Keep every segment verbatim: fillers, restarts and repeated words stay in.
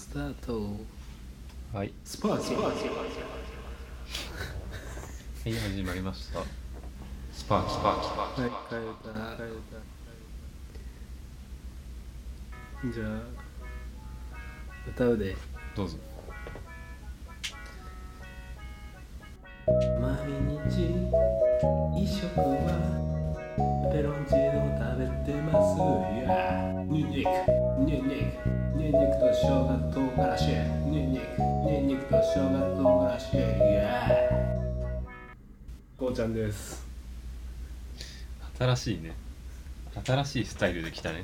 スタート。 はいスパーツスパーツはい始まりました。スパークスパークスパークはい変えた変えた。じゃあ歌うで。 どうぞ。 毎日一食はペロンチーノ食べてますやニンニクニンニクニンニクと生姜唐辛子ニンニクニンニクと生姜唐辛子やこうちゃんです。 新しいね。新しいスタイルで来たね。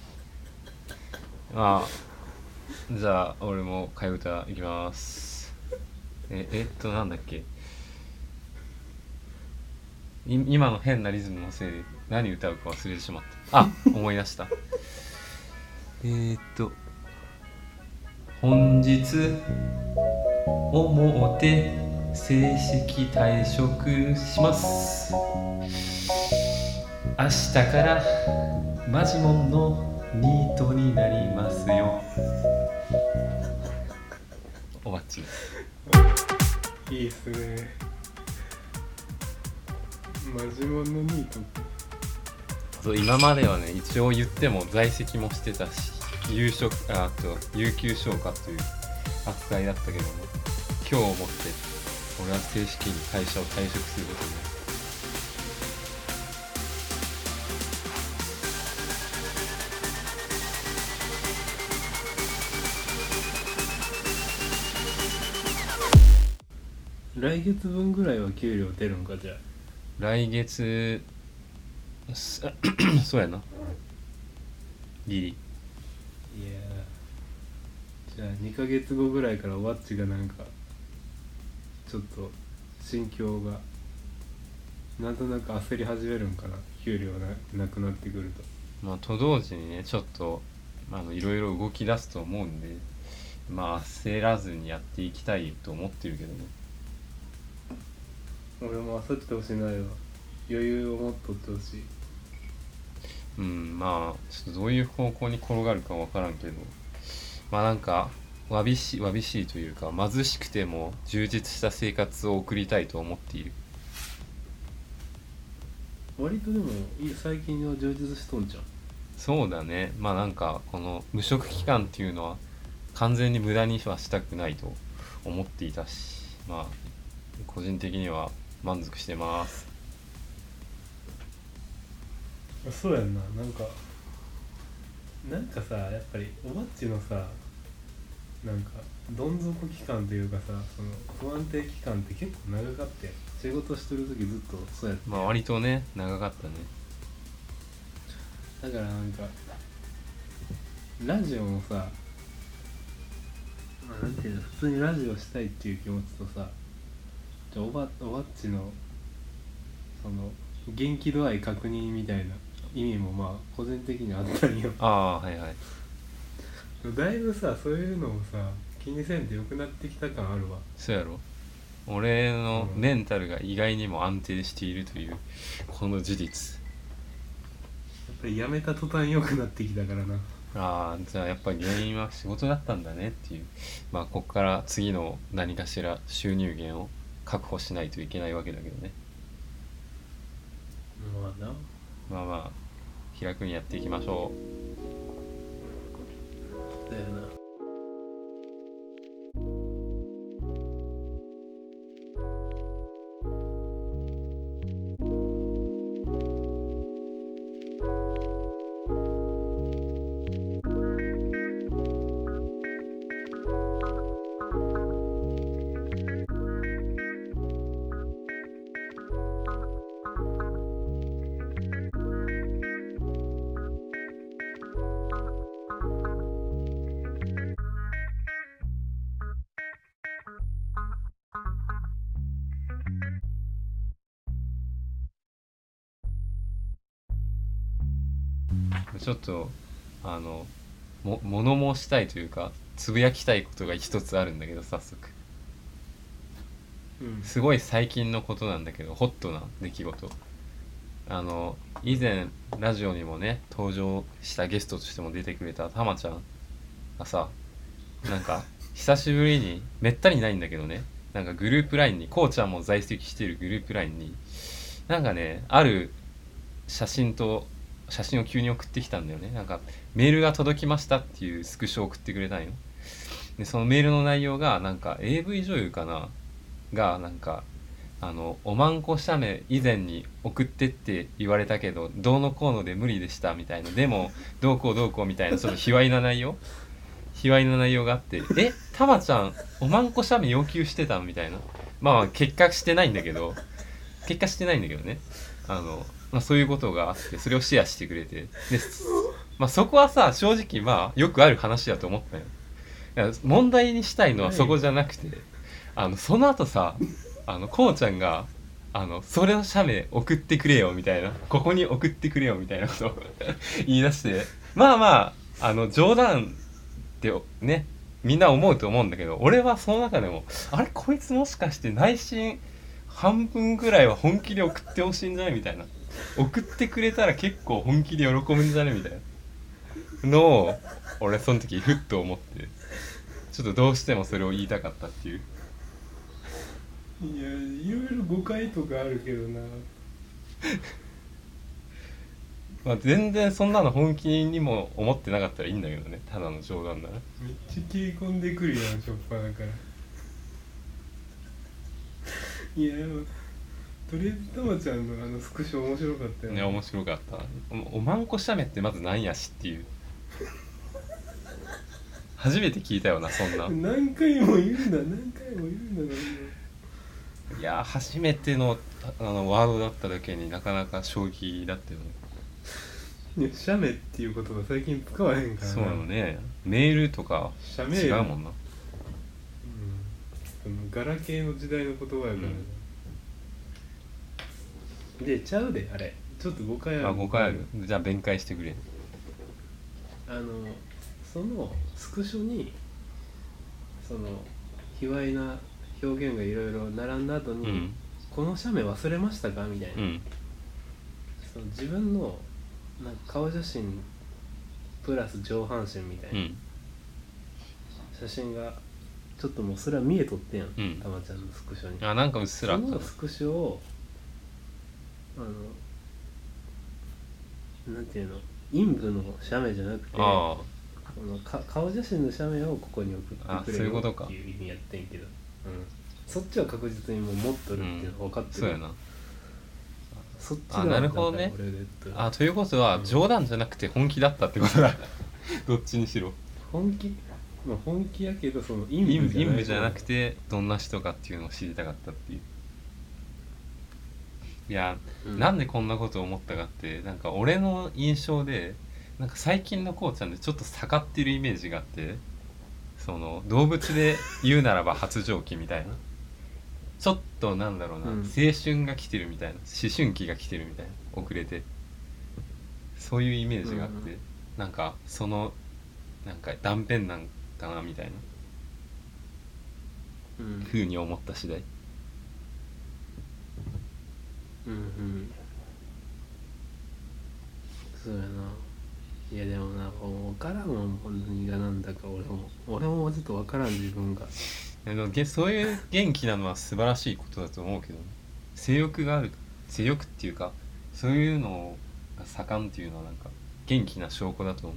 まあじゃあ俺も替え歌いきます。ええっとなんだっけ、い今の変なリズムのせいで何歌うか忘れてしまった。あ、思い出した。えーっと本日をもって正式退職します。明日からマジモンのニートになりますよ。おばっちです。 いいっすね。マジモンのニート。 そう今まではね一応言っても在籍もしてたし有職あと有給消化という扱いだったけども、今日をもって俺は正式に会社を退職することになる。 来月分ぐらいは給料出るんか。じゃあ来月そうやなギリ。 いやじゃあにかげつごぐらいからワッチがなんかちょっと心境がなんとなく焦り始めるんかな、給料な, なくなってくると。 まあと同時にねちょっとあのいろいろ動き出すと思うんで、まあ焦らずにやっていきたいと思ってるけどね。 俺も焦ってほしないわ。余裕を持っとってほしい。 うんまあちょっとどういう方向に転がるかわからんけど、まあなんかわびしいわびしいというか貧しくても充実した生活を送りたいと思っている。 割とでも最近は充実しとんじゃん。 そうだね。まあなんかこの無職期間っていうのは完全に無駄にはしたくないと思っていたし、まあ個人的には満足してます。 そうやんな。なんかなんかさ、やっぱりおばっちのさ、なんかどん底期間というかさ、その不安定期間って結構長かったよ。仕事してる時ずっとそうやって。 まあ割とね長かったね。 だからなんかラジオもさ、まあ、なんていうの、普通にラジオしたいっていう気持ちとさ、じゃあおばおばっちのその元気度合い確認みたいな意味もまあ個人的にあったんよ。 ああはいはい。 だいぶさそういうのをさ気にせんでよくなってきた感あるわ。 そうやろ。俺のメンタルが意外にも安定しているというこの事実。 やっぱり辞めた途端良くなってきたからな。 ああじゃあやっぱり原因は仕事だったんだねっていう。まあここから次の何かしら収入源を確保しないといけないわけだけどね。 まあな。 まあまあ気楽にやっていきましょだよな。 う。ちょっとあのも物申したいというかつぶやきたいことが一つあるんだけど、早速うん。 すごい最近のことなんだけどホットな出来事。あの以前ラジオにもね登場したゲストとしても出てくれたたまちゃんがさ、 なんか久しぶりにめったにないんだけどね、なんかグループラインにこうちゃんも在籍しているグループラインになんかねある写真と写真を急に送ってきたんだよね。なんかメールが届きましたっていうスクショを送ってくれたんよ。でそのメールの内容がなんか エーブイ 女優かながなんかあのおまんこ写メ以前に送ってって言われたけどどうのこうので無理でしたみたいな、でもどうこうどうこうみたいなちょっと卑猥な内容卑猥な内容があって、えたまちゃんおまんこ写メ要求してたみたいな。まあまあ結果してないんだけど結果してないんだけどね、あの、まあ、そういうことがあってそれをシェアしてくれて、で、まあ、そこはさ正直まあよくある話だと思ったよ。いや問題にしたいのはそこじゃなくて、あのその後さあのこうちゃんがあのそれの写メ送ってくれよみたいな、ここに送ってくれよみたいなことを言い出して、まあまああの冗談ってねみんな思うと思うんだけど、俺はその中でもあれこいつもしかして内心半分ぐらいは本気で送ってほしいんじゃないみたいな、送ってくれたら結構本気で喜ぶんじゃねみたいなのを俺その時ふっと思って、ちょっとどうしてもそれを言いたかったっていう。 いやいろいろ誤解とかあるけどなまあ全然そんなの本気にも思ってなかったらいいんだけどね、ただの冗談なら。 めっちゃ切り込んでくるやんしょっぱだからいやとりあえずたまちゃんのあのスクショ面白かったよね。面白かった。お, おまんこ写メってまず何やしっていう初めて聞いたよなそんな何回も言うんだ何回も言うんだいや初めてのあのワードだっただけになかなか衝撃だったよね。 いや写メっていう言葉最近使わへんからな。 そうなのね、メールとか違うもんな。 うん、ガラケーの時代の言葉やから、うん、でちゃうであれちょっと誤解ある。 あ誤解ある。じゃあ弁解してくれ。 あのそのスクショにその卑猥な表現がいろいろ並んだ後に、うん、この写メ忘れましたかみたいな、うん、その自分のなんか顔写真プラス上半身みたいな、うん、写真がちょっともうそれは見えとってんやん、うん、たまちゃんのスクショに。 あなんかうっすらあった。 そのスクショをあのなんていうの陰部の写メじゃなくてあこのか顔写真の写メをここに送ってくれよっていう意味やってんけど、うん、そっちは確実にもう持っとるっていうの分かってる、うん、そうやな。そっちあなるほどね。あということは冗談じゃなくて本気だったってことだどっちにしろ本気、まあ、本気やけどその陰部じゃない、陰部じゃなくてどんな人かっていうのを知りたかったっていう。いや、うん、なんでこんなことを思ったかってなんか俺の印象でなんか最近のこうちゃんでちょっと盛ってるイメージがあって、その動物で言うならば発情期みたいなちょっとなんだろうな、うん、青春が来てるみたいな思春期が来てるみたいな遅れてそういうイメージがあって、うん、なんかそのなんか断片なんかなみたいな、うん、風に思った次第。 うんうんそうやな。いやでもな分からんわ何がなんだか俺も俺もちょっと分からん自分が。 でもそういう元気なのは素晴らしいことだと思うけど、ね、性欲がある性欲っていうかそういうのが盛んっていうのはなんか元気な証拠だと思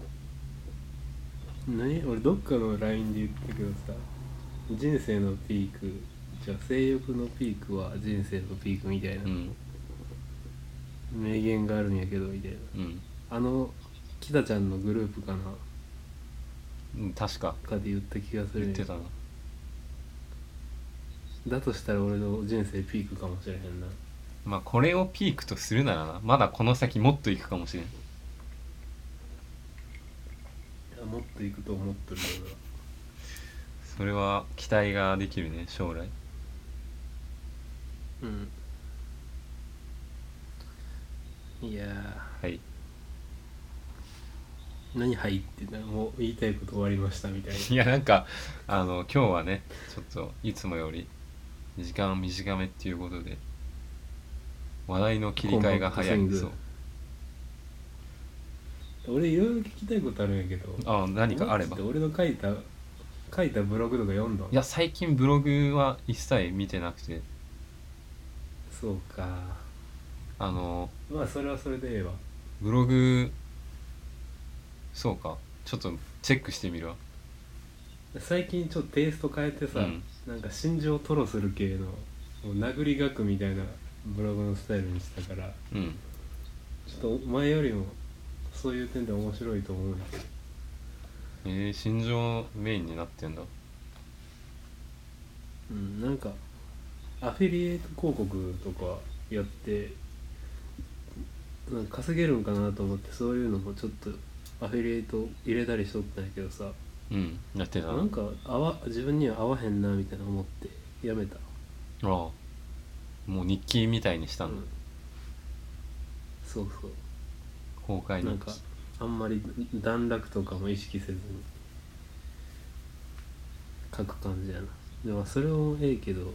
う。何俺どっかの ライン で言ったけどさ人生のピークじゃあ性欲のピークは人生のピークみたいな、うん、名言があるんやけどみたいな、うん、あの北ちゃんのグループかな、 うん、確かかで言った気がする。 言ってたな。 だとしたら俺の人生ピークかもしれへんな。 まあこれをピークとするならなまだこの先もっといくかもしれん。いやもっといくと思ってるけどそれは期待ができるね将来。 うんいやはい何入ってなもう言いたいこと終わりましたみたいな。 いやなんかあの今日はねちょっといつもより時間短めっていうことで話題の切り替えが早いんですよ。 俺いろいろ聞きたいことあるんやけど。 あ何かあれば。 俺の書いた書いたブログとか読んだ？ いや最近ブログは一切見てなくて、 そうか。 あのまあそれはそれでええわ。 ブログそうかちょっとチェックしてみるわ。 最近ちょっとテイスト変えてさ、 うん、 なんか心情吐露する系のもう殴り書くみたいなブログのスタイルにしたから、 うんちょっと前よりもそういう点で面白いと思うんだけど。 えー、心情メインになってんだ。 うん、なんかアフィリエイト広告とかやってなんか稼げるんかなと思って、そういうのもちょっとアフィリエイト入れたりしとったんやけどさ、 うんやってたな。 なんか合わ自分には合わへんなみたいな思ってやめた。 ああもう日記みたいにしたうんん、 だ、 そうそう。 公開日なんか記。 あんまり段落とかも意識せずに書く感じやな。でもそれもええけど、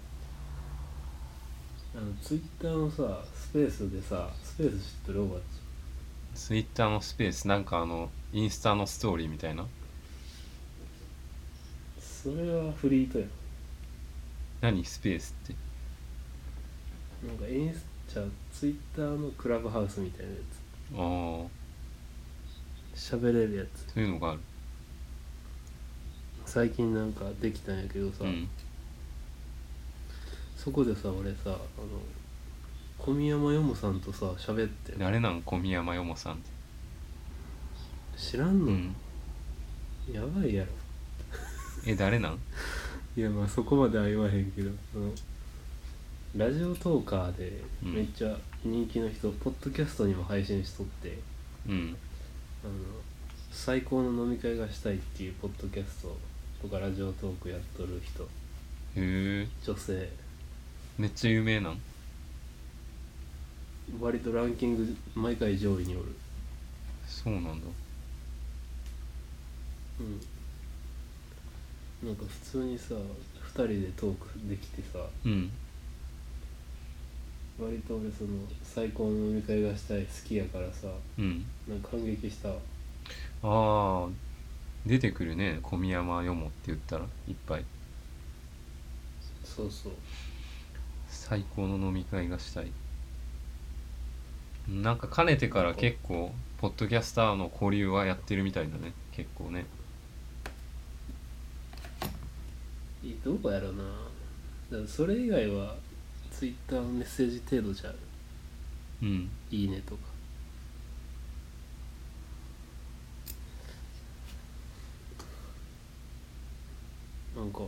あのツイッターのさスペースでさ、スペース知ってる？おばっち。 ツイッターのスペースなんかあのインスタのストーリーみたいな。 それはフリートや。 何スペースって？ なんかインスタツイッターのクラブハウスみたいなやああつ、喋れるやつ。 そういうのがある。 最近なんかできたんやけどさ、 うんそこでさ俺さ、あの小宮山よもさんとさ喋ってん。 誰なん小宮山よもさんって。 知らんの？ うんやばいやろ。 え誰なん？ いやまあそこまでは言わへんけど、そのラジオトーカーでめっちゃ人気の人、ポッドキャストにも配信しとって、 うんあの最高の飲み会がしたいっていうポッドキャストとかラジオトークやっとる人、 へえ女性、 めっちゃ有名なん？ 割とランキング毎回上位におる。 そうなんだ。 うん、なんか普通にさふたりでトークできてさ、 うん割と俺その最高の飲み会がしたい好きやからさ、 うんなんか感激したわ。 ああ出てくるね小宮山よもって言ったらいっぱい。 そうそう。 最高の飲み会がしたい。なんかかねてから結構ポッドキャスターの交流はやってるみたいだね結構ね。 いいどこやろな。だからそれ以外はツイッターのメッセージ程度じゃある。 うんいいねとか。なんか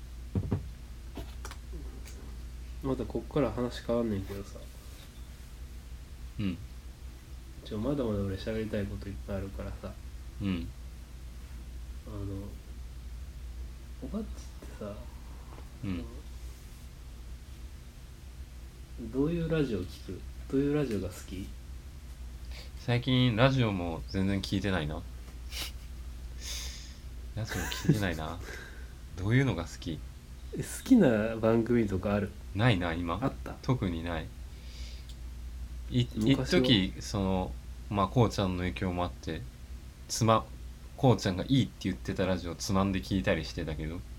またこっから話変わんねんけどさ、 うんちょまだまだ俺喋りたいこといっぱいあるからさ、 うんあのおばっちってさ、 うんどういうラジオ聞く？どういうラジオが好き？ 最近ラジオも全然聞いてないな。ラジオ聞いてないな。どういうのが好き？ 好きな番組とかある？ ないな今。 あった？ 特にない。い一昔は時そのまあこうちゃんの影響もあってつまこうちゃんがいいって言ってたラジオつまんで聞いたりしてたけど、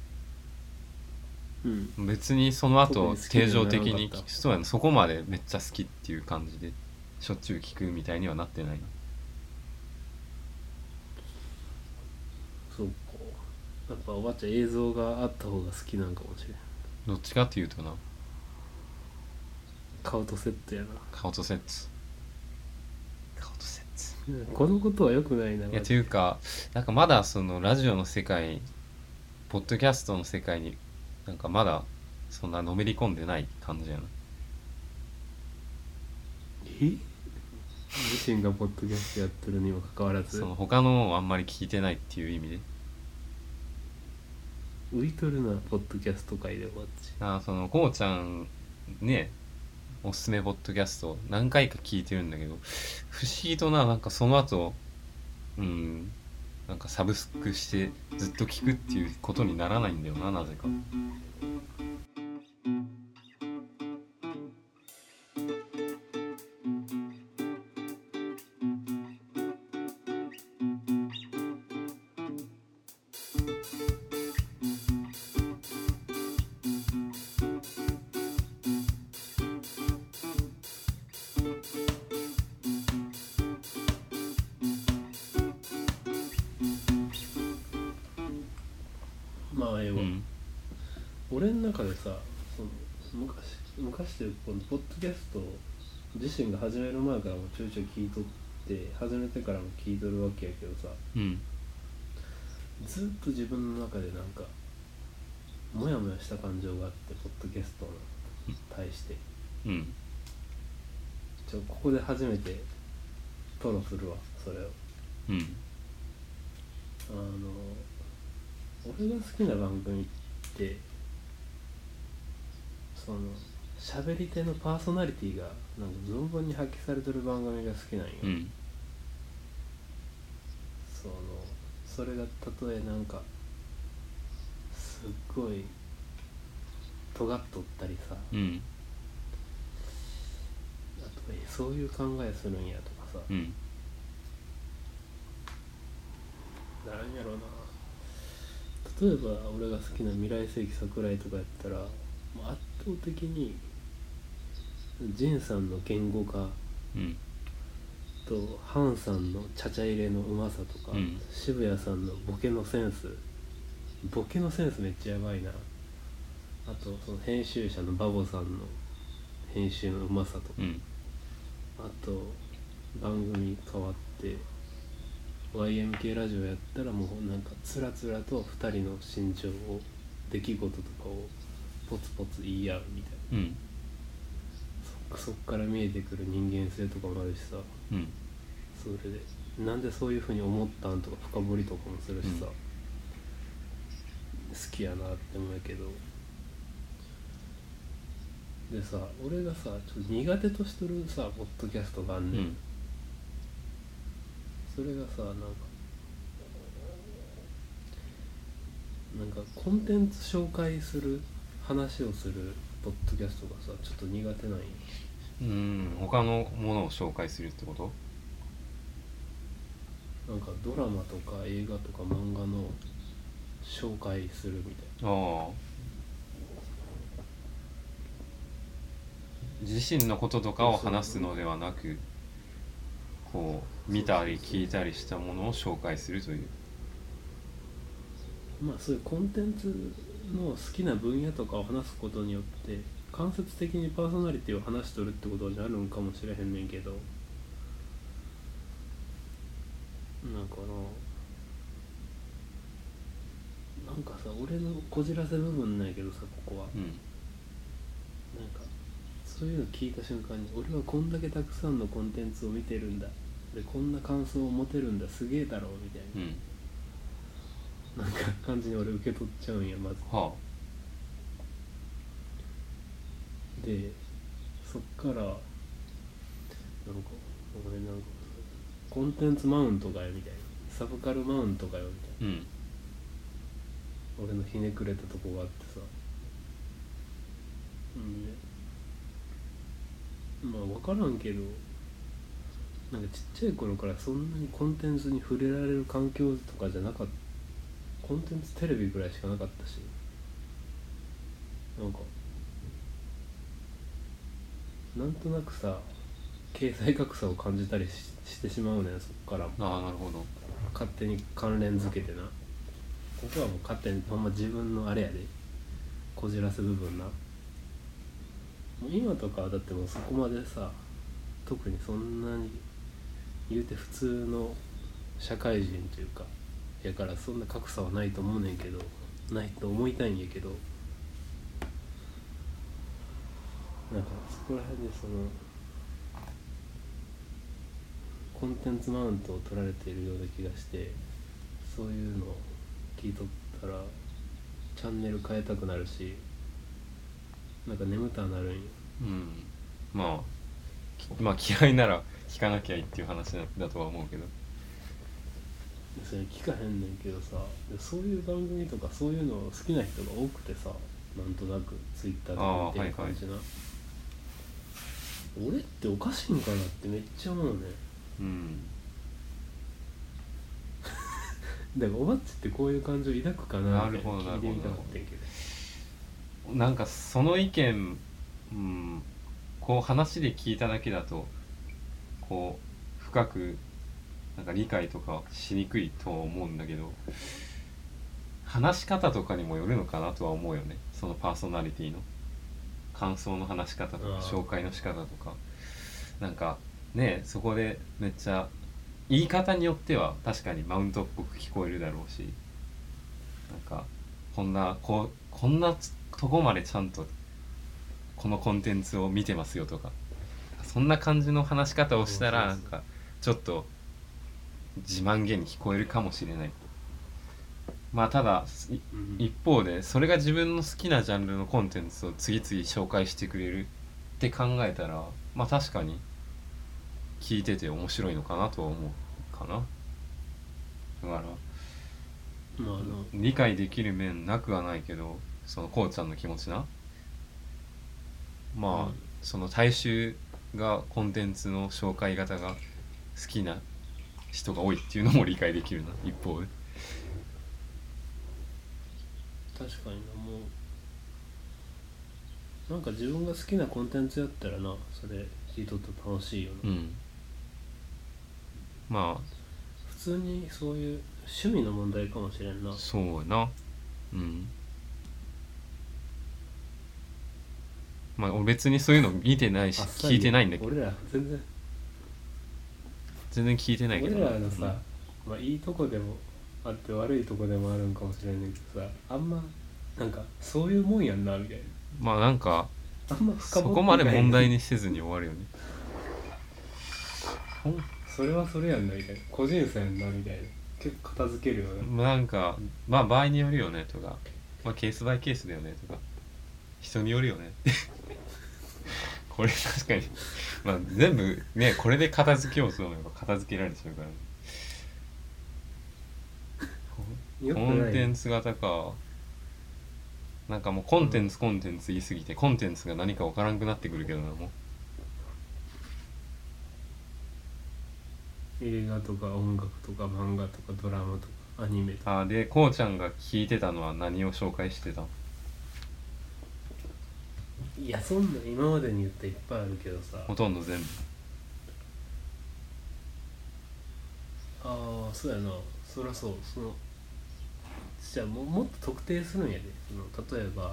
うん。 別にその後特に好きに定はならなかった常的にそうやなそこまでめっちゃ好きっていう感じでしょっちゅう聞くみたいにはなってないな。 そうか。やっぱおばっちゃん映像があった方が好きなんかもしれん。 どっちかっていうとな顔とセットやな。 顔とセッツ顔とセッツこのことは良くないな。 いやというかなんかまだそのラジオの世界ポッドキャストの世界になんかまだそんなのめり込んでない感じやな。 え？自身がポッドキャストやってるにもかかわらずその他のをあんまり聞いてないっていう意味で浮いとるなポッドキャスト界でおばっち。 あそのこうちゃんねおすすめポッドキャスト何回か聞いてるんだけど不思議とななんかその後うんなんかサブスクしてずっと聞くっていうことにならないんだよななぜか。 まあええわ、 うん、 俺の中でさ、その昔昔というかこのポッドキャストを自身が始める前からもちょいちょい聞いとって始めてからも聞いとるわけやけどさ、 うん、 ずっと自分の中でなんかモヤモヤした感情があって、ポッドキャストに対して、 うん、 ちょここで初めて吐露するわ、それを。 うん、 あの俺が好きな番組ってその喋り手のパーソナリティがなんか存分に発揮されてる番組が好きなんよ、 うん、 そのそれがたとえなんかすっごい尖っとったりさ、 うん、 あとえそういう考えするんやとかさ、 うん、 なんやろうな、例えば俺が好きな未来世紀桜井とかやったらもう圧倒的に仁さんの言語化うん、 とハンさんのちゃちゃ入れのうまさとか、 うん、 渋谷さんのボケのセンスボケのセンスめっちゃやばいな。あとその編集者のバボさんの編集のうまさとか、 うん、 あと番組変わって ワイエムケー ラジオやったらもうなんかつらつらとふたりの心情を出来事とかをポツポツ言い合うみたいな、 うん、 そ, そっから見えてくる人間性とかもあるしさ、 うん、 それでなんでそういう風に思ったんとか深掘りとかもするしさ、好きやなって思うけど、でさ俺がさちょっと苦手としてるさポッドキャストがあんねん、 うん、 それがさなんかなんかコンテンツ紹介する話をするポッドキャストがさちょっと苦手なんよ。 うん、他のものを紹介するってこと？ なんかドラマとか映画とか漫画の紹介するみたいな。 ああ、自身のこととかを話すのではなく、こう見たり聞いたりしたものを紹介するという。 まあそういうコンテンツの好きな分野とかを話すことによって間接的にパーソナリティを話しとるってことになるんかもしれへんねんけど、なんかななんかさ俺のこじらせ部分なんやけどさ、ここは、 うん、 なんかそういうの聞いた瞬間に俺はこんだけたくさんのコンテンツを見てるんだ、でこんな感想を持てるんだ、すげえだろうみたいな、 うん、 なんか感じに俺受け取っちゃうんやまず。 はでそっからなんか俺なんかコンテンツマウントかよみたいな、サブカルマウントかよみたいな、 あ、うん、 俺のひねくれたとこがあってさ、うん、まあ分からんけどなんかちっちゃい頃からそんなにコンテンツに触れられる環境とかじゃなかった、コンテンツテレビぐらいしかなかったし、なんかなんとなくさ経済格差を感じたり し, してしまうねん、そっから。 ああ、なるほど。 勝手に関連づけてな、ここはもう勝手にほんま自分のあれやでこじらす部分な、もう今とかはだってもうそこまでさ特にそんなに言うて普通の社会人というかやからそんな格差はないと思うねんけど、ないと思いたいんやけど、なんかそこら辺でそのコンテンツマウントを取られているような気がして、そういうのを聞いとったらチャンネル変えたくなるし、なんか眠たなるんよ。 うん、まあまあ嫌いなら聞かなきゃいいっていう話だとは思うけど、 それ聞かへんねんけどさ、そういう番組とかそういうの好きな人が多くてさ、なんとなくツイッターとか見てる感じな、はいはい、俺っておかしいんかなってめっちゃ思うね。 うん、 だからおばっちってこういう感情抱くかなみたいな聞いてみたかったんやけど、 なんかその意見、うん、こう話で聞いただけだとこう深くなんか理解とかしにくいとは思うんだけど、話し方とかにもよるのかなとは思うよね。そのパーソナリティの感想の話し方とか紹介の仕方とか、なんかねそこでめっちゃ言い方によっては確かにマウントっぽく聞こえるだろうし、なんかこんなこうこんなとこまでちゃんとこのコンテンツを見てますよとか、そんな感じの話し方をしたらなんかちょっと自慢げに聞こえるかもしれない。まあただ一方でそれが自分の好きなジャンルのコンテンツを次々紹介してくれるって考えたら、まあ確かに聞いてて面白いのかなとは思うかな。だから、まあ、理解できる面なくはないけど、そのこうちゃんの気持ちな、まあ、うん、その大衆がコンテンツの紹介型が好きな人が多いっていうのも理解できるな、一方で。 確かにな、もうなんか自分が好きなコンテンツやったらな、それ聞いとって楽しいよな。 うん、まあ普通にそういう趣味の問題かもしれんな。 そうやな。うん。まあ俺別にそういうの見てないし聞いてないんだけど。 俺ら全然全然聞いてないけど。 俺らのさ、うん、まあいいとこでもあって悪いとこでもあるんかもしれないけどさ、あんまなんかそういうもんやんなみたいな。 まあなんかあんま深そこまで問題にせずに終わるよね。 それはそれやんなみたいな、個人差やんなみたいな、結構片付けるよね。 なんかまあ場合によるよねとか、まあケースバイケースだよねとか、人によるよねこれ確かにまあ全部ねこれで片付けようと思えば片付けられちゃうからね。コンテンツ型か。なんかもうコンテンツコンテンツ言いすぎて、コンテンツが何か分からんくなってくるけどな。もう映画とか音楽とか漫画とかドラマとかアニメとか。 あでこうちゃんが聞いてたのは何を紹介してた？ いやそんな今までに言ったいっぱいあるけどさ、 ほとんど全部。 ああそうやな、そりゃそう。そのじゃあもうもっと特定するんやで。その例えば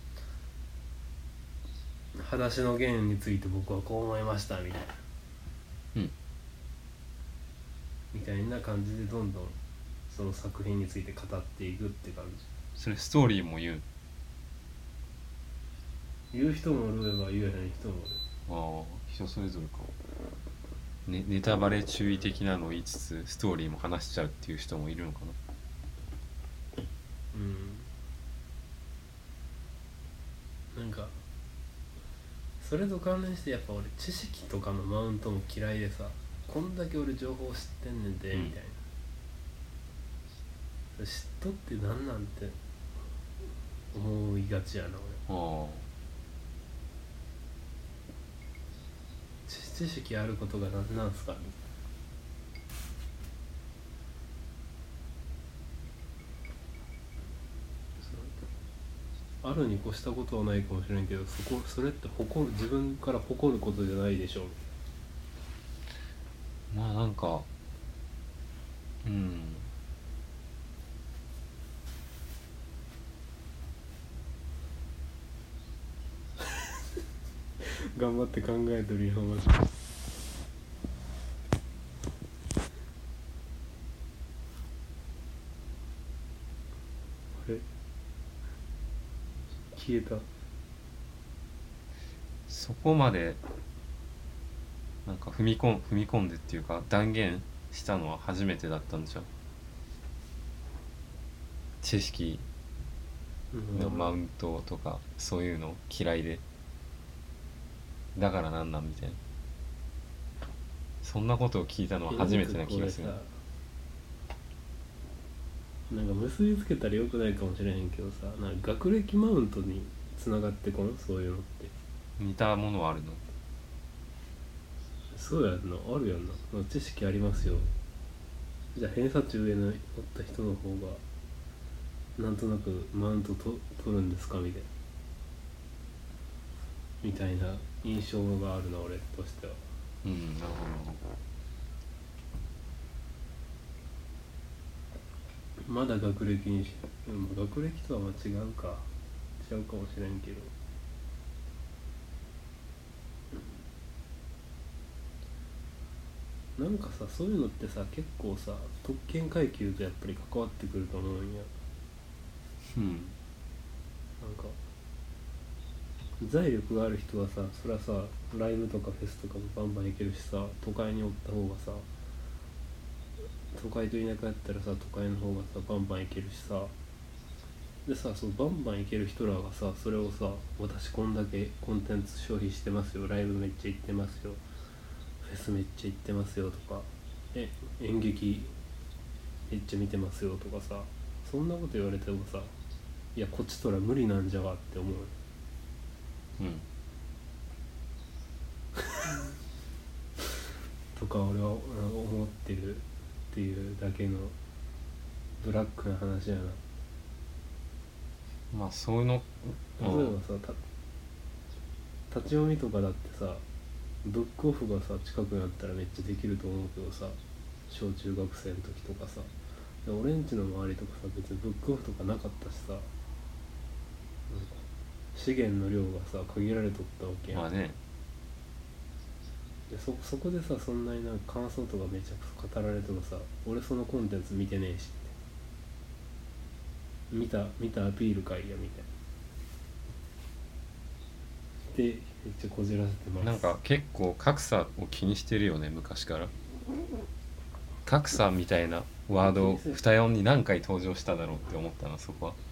裸足の弦について僕はこう思いましたみたいな、 うん、 みたいな感じでどんどんその作品について語っていくって感じ。それストーリーも言う？ 言う人もおれば言えない人もおる。ああ人それぞれか、ね、ネタバレ注意的なのを言いつつストーリーも話しちゃうっていう人もいるのかな。 うん、なんかそれと関連してやっぱ俺知識とかのマウントも嫌いでさ、こんだけ俺情報知ってんねんで、うん、みたいな、知っとってなんなんて思いがちやな俺。あ知識あることが何なんすかみたいな。あるに越したことはないかもしれんけど、そこそれって誇る、自分から誇ることじゃないでしょ。 まあなんかうん頑張って考えとるよマジ。あれ消えた。 そこまでなんか踏み込ん踏み込んでっていうか断言したのは初めてだったんじゃん。知識のマウントとかそういうの嫌いでだからなんなんみたいな、そんなことを聞いたのは初めてな気がする。 なんか結びつけたらよくないかもしれへんけどさ、なんか学歴マウントにつながってこのそういうのって似たものはあるの？ そうやんな、あるやんな。知識ありますよ、 じゃあ偏差値上の乗った人の方がなんとなくマウントと取るんですかみたいなみたいな印象があるな俺としては。 うん、なるほど。 まだ学歴にし、うん、学歴とはまあ違うか違うかもしれんけど、なんかさそういうのってさ結構さ特権階級とやっぱり関わってくると思うんや。 うんなんか財力がある人はさそりゃさライブとかフェスとかもバンバン行けるしさ、都会におった方がさ、都会と田舎やったらさ都会の方がさバンバン行けるしさ、でさそのバンバン行ける人らがさそれをさ私こんだけコンテンツ消費してますよ、ライブめっちゃ行ってますよ、フェスめっちゃ行ってますよとか、え演劇めっちゃ見てますよとかさ、そんなこと言われてもさ、いやこっちとら無理なんじゃわって思う。 うんとか俺は思ってるっていうだけのブラックな話やな。 まあそういうの、 例えばさ、た立ち読みとかだってさブックオフがさ近くにあったらめっちゃできると思うけどさ、小中学生の時とかさ、で俺んちの周りとかさ別にブックオフとかなかったしさ、なんか資源の量がさ限られとったわけやん。 まあね、 で そ, そこでさそんなになんか感想とかめちゃくちゃ語られてもさ、俺そのコンテンツ見てねえしって、見た見たアピール会やみたいなでめっちゃこじらせてます。 なんか結構格差を気にしてるよね、昔から。格差みたいなワードを二読に何回登場しただろうって思ったな、そこは。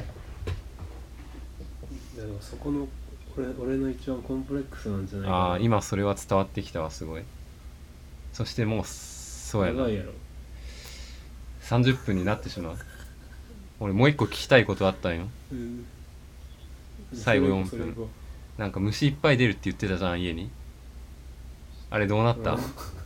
でもそこの俺, 俺の一番コンプレックスなんじゃないかな。 ああ、今それは伝わってきたわ、すごい。そしてもうそうやな、 長いやろ。 さんじゅっぷんになってしまう。俺もう一個聞きたいことあったんよ、 うん、 最後よんぷん。なんか虫いっぱい出るって言ってたじゃん、家に。あれどうなった？ で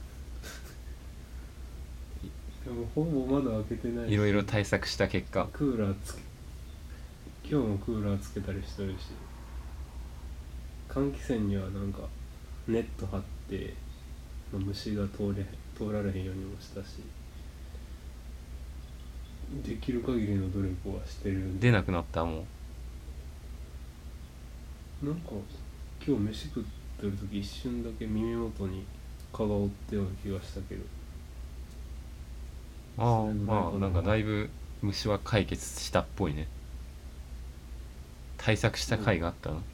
もほぼまだ開けてないし、 いろいろ対策した結果。 クーラーつけ今日もクーラーつけたりしてるし、換気扇にはなんかネット張って虫が通れ通られへんようにもしたし、できる限りの努力はしてるんで。 出なくなった？もなんか今日飯食ってる時一瞬だけ耳元に蚊がおったような気がしたけど。 う。ああ、まあなんかだいぶ虫は解決したっぽいね。対策した回があったな、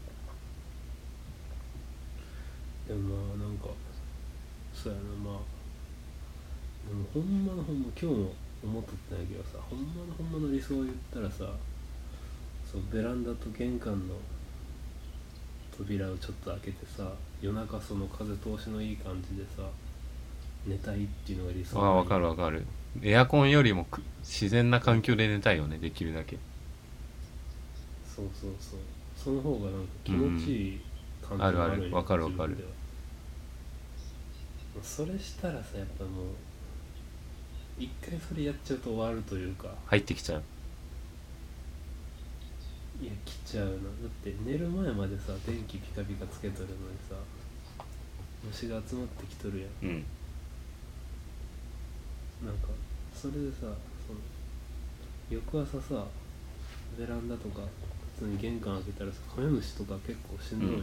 うん、でもまあなんかそうやな、まあでもほんまのほんま今日も思っとったんやけどさ、ほんまのほんまの理想を言ったらさ、そうベランダと玄関の扉をちょっと開けてさ、夜中その風通しのいい感じでさ寝たいっていうのが理想。 ああ、わかるわかる。エアコンよりも自然な環境で寝たいよね、できるだけ。 そうそうそう、その方がなんか気持ちいい感じあるあがあるんや。 る、わかるわかる。 自分ではそれしたらさやっぱもう一回それやっちゃうと終わるというか、 入ってきちゃう。 いや来ちゃうな。だって寝る前までさ電気ピカピカつけとるのにさ虫が集まってきとるやん。 うん。 なんかそれでさ、その翌朝さベランダとか普通に玄関開けたらさカメムシとか結構しんどいんや、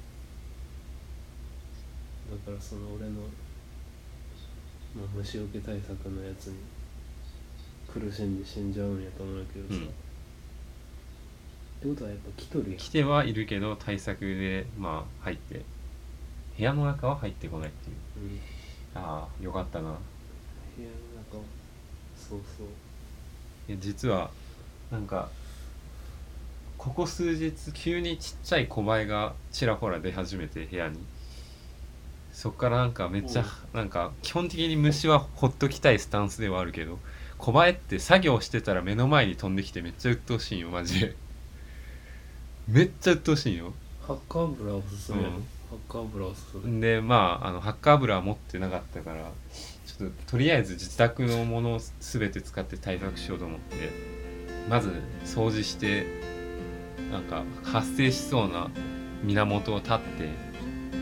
うん、だからその俺の、まあ、虫除け対策のやつに苦しんで死んじゃうんやと思うけどさ、うん、ってことはやっぱ来とるやん。 来てはいるけど対策でまあ入って部屋の中は入ってこないっていう、うん、ああよかったな。 部屋の中そうそう。 いや実はなんかここ数日急にちっちゃい小バエがちらほら出始めて部屋に。そっからなんかめっちゃなんか基本的に虫はほっときたいスタンスではあるけど、小バエって作業してたら目の前に飛んできてめっちゃ鬱陶しいんよマジで。めっちゃ鬱陶しいんよ。 ハッカー油おすすめやろ、うん、ハッカー油おすすめでまああのハッカー油は持ってなかったからちょちょっととりあえず自宅のものを全て使って対策しようと思って、まず掃除して、なんか発生しそうな源を立って、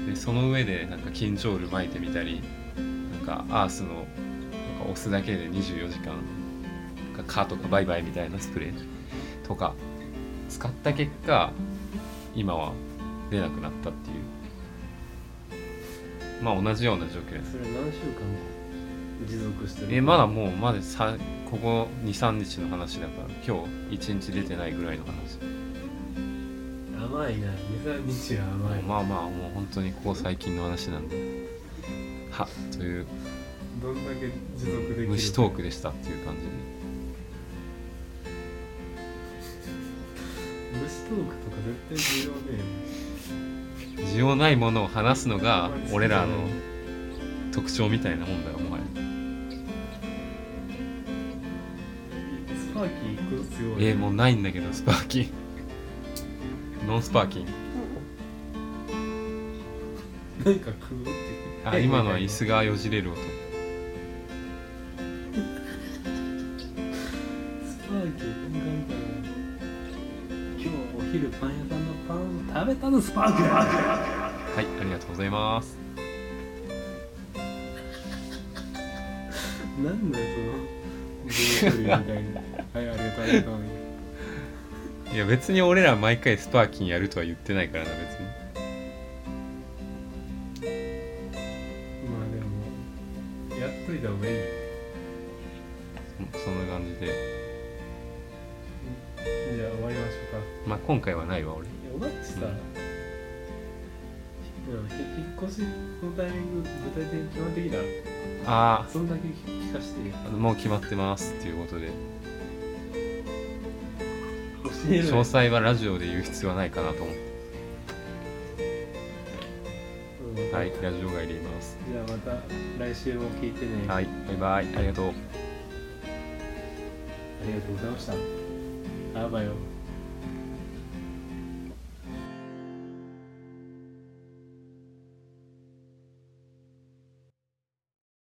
でその上でなんか緊張ル巻いてみたり、なんかアースのなんか押すだけでにじゅうよじかんなんかカーとかバイバイみたいなスプレーとか使った結果、今は出なくなったっていう、まあ同じような状況です。 それ何週間持続してる？ えまだもうまださここ にさんにちの話だから、今日いちにち出てないぐらいの話。 甘いな、にさんにちは甘い。 まあまあもう本当にここ最近の話なんで、はというどんだけ持続できる虫トークでしたっていう感じで。 虫トークとか絶対需要ねえよ。需要ないものを話すのが俺らの特徴みたいなもんだよ、もはや。 スパーキーいっこずつ用意。 えー、もうないんだけど、スパーキーノンスパーキーなんか食うってあ、今のは椅子がよじれる音。 スパーキー考えたら、今日お昼パン屋さんのパン食べたのスパーキー。 はい、ありがとうございます。 なんだよそのブートリーみたいにはい、ありがとうありがとうみたいいや別に俺ら毎回スパーキンやるとは言ってないからな、別に。 まあでもやっといた方がいい。 そ, そんな感じで、 じゃあ終わりましょうか。 まあ今回はないわ俺。 いやだってさ、うん、引っ越しのタイミング具体的に決まってきたら、 あそんだけ聞かせてよ。 あ、もう決まってますっていうことで、 教える詳細はラジオで言う必要はないかなと思って、 うん、 はい、ラジオ外で言います。 じゃあまた来週も聞いてね。 はい、バイバイ、ありがとう。 ありがとうございました。あばよ。